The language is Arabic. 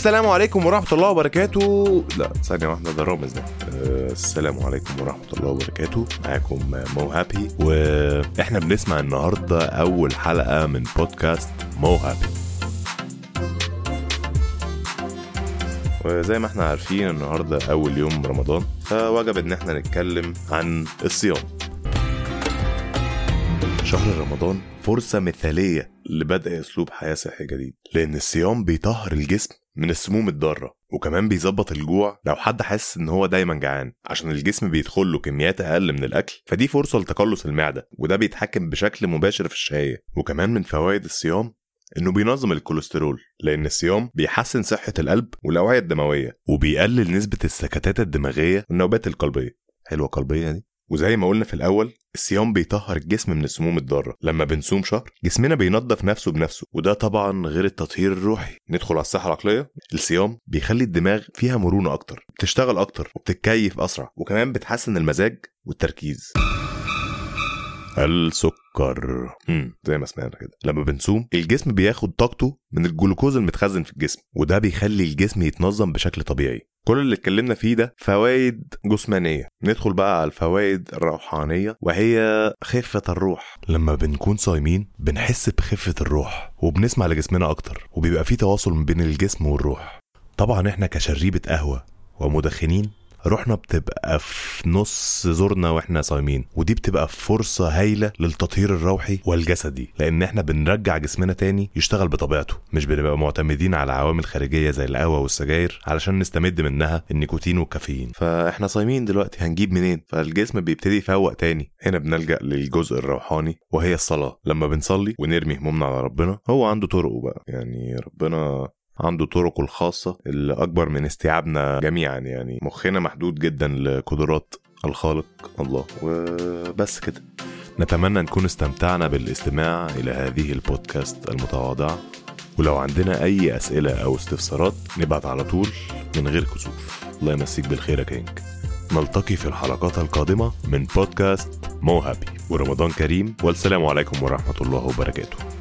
السلام عليكم ورحمة الله وبركاته. لا ثانية واحدة، ده رامز ده. السلام عليكم ورحمة الله وبركاته. معاكم مو هابي، واحنا بنسمع النهاردة أول حلقة من بودكاست مو هابي. وزي ما احنا عارفين النهاردة أول يوم رمضان، فوجب ان احنا نتكلم عن الصيام. شهر رمضان فرصة مثالية لبدء أسلوب حياة صحي جديد، لأن الصيام بيطهر الجسم من السموم الضارة، وكمان بيظبط الجوع لو حد حاسس ان هو دايما جعان، عشان الجسم بيدخل له كميات اقل من الاكل، فدي فرصة لتقلص المعدة، وده بيتحكم بشكل مباشر في الشهية. وكمان من فوائد الصيام انه بينظم الكوليسترول، لان الصيام بيحسن صحة القلب والاوعية الدموية، وبيقلل نسبة السكتات الدماغية والنوبات القلبية. حلوة قلبية دي. وزي ما قلنا في الأول، الصيام بيطهر الجسم من السموم الضارة. لما بنصوم شهر جسمنا بينظف نفسه بنفسه، وده طبعا غير التطهير الروحي. ندخل على الصحة العقلية. الصيام بيخلي الدماغ فيها مرونة أكتر، بتشتغل أكتر وبتتكيف أسرع، وكمان بتحسن المزاج والتركيز. السكر زي ما سمعنا كده، لما بنصوم الجسم بياخد طاقته من الجلوكوز المتخزن في الجسم، وده بيخلي الجسم يتنظم بشكل طبيعي. كل اللي اتكلمنا فيه ده فوائد جسمانية. ندخل بقى على الفوائد الروحانية، وهي خفة الروح. لما بنكون صايمين بنحس بخفة الروح، وبنسمع لجسمنا أكتر، وبيبقى فيه تواصل من بين الجسم والروح. طبعا احنا كشريبة قهوة ومدخنين روحنا بتبقى في نص زورنا واحنا صايمين، ودي بتبقى فرصة هايلة للتطهير الروحي والجسدي، لان احنا بنرجع جسمنا تاني يشتغل بطبيعته، مش بنبقى معتمدين على عوامل خارجية زي القهوة والسجاير علشان نستمد منها النيكوتين والكافيين. فاحنا صايمين دلوقتي هنجيب منين؟ فالجسم بيبتدي يفوق تاني. هنا بنلجأ للجزء الروحاني وهي الصلاة. لما بنصلي ونرمي همومنا على ربنا، هو عنده طرقه بقى، يعني ربنا عنده طرقه الخاصة اللي أكبر من استيعابنا جميعا. يعني مخنا محدود جدا لقدرات الخالق الله. وبس كده، نتمنى نكون استمتعنا بالاستماع إلى هذه البودكاست المتواضعة، ولو عندنا أي أسئلة أو استفسارات نبعت على طول من غير كسوف. الله يمسيك بالخير يا كينج. نلتقي في الحلقات القادمة من بودكاست مو هابي، ورمضان كريم، والسلام عليكم ورحمة الله وبركاته.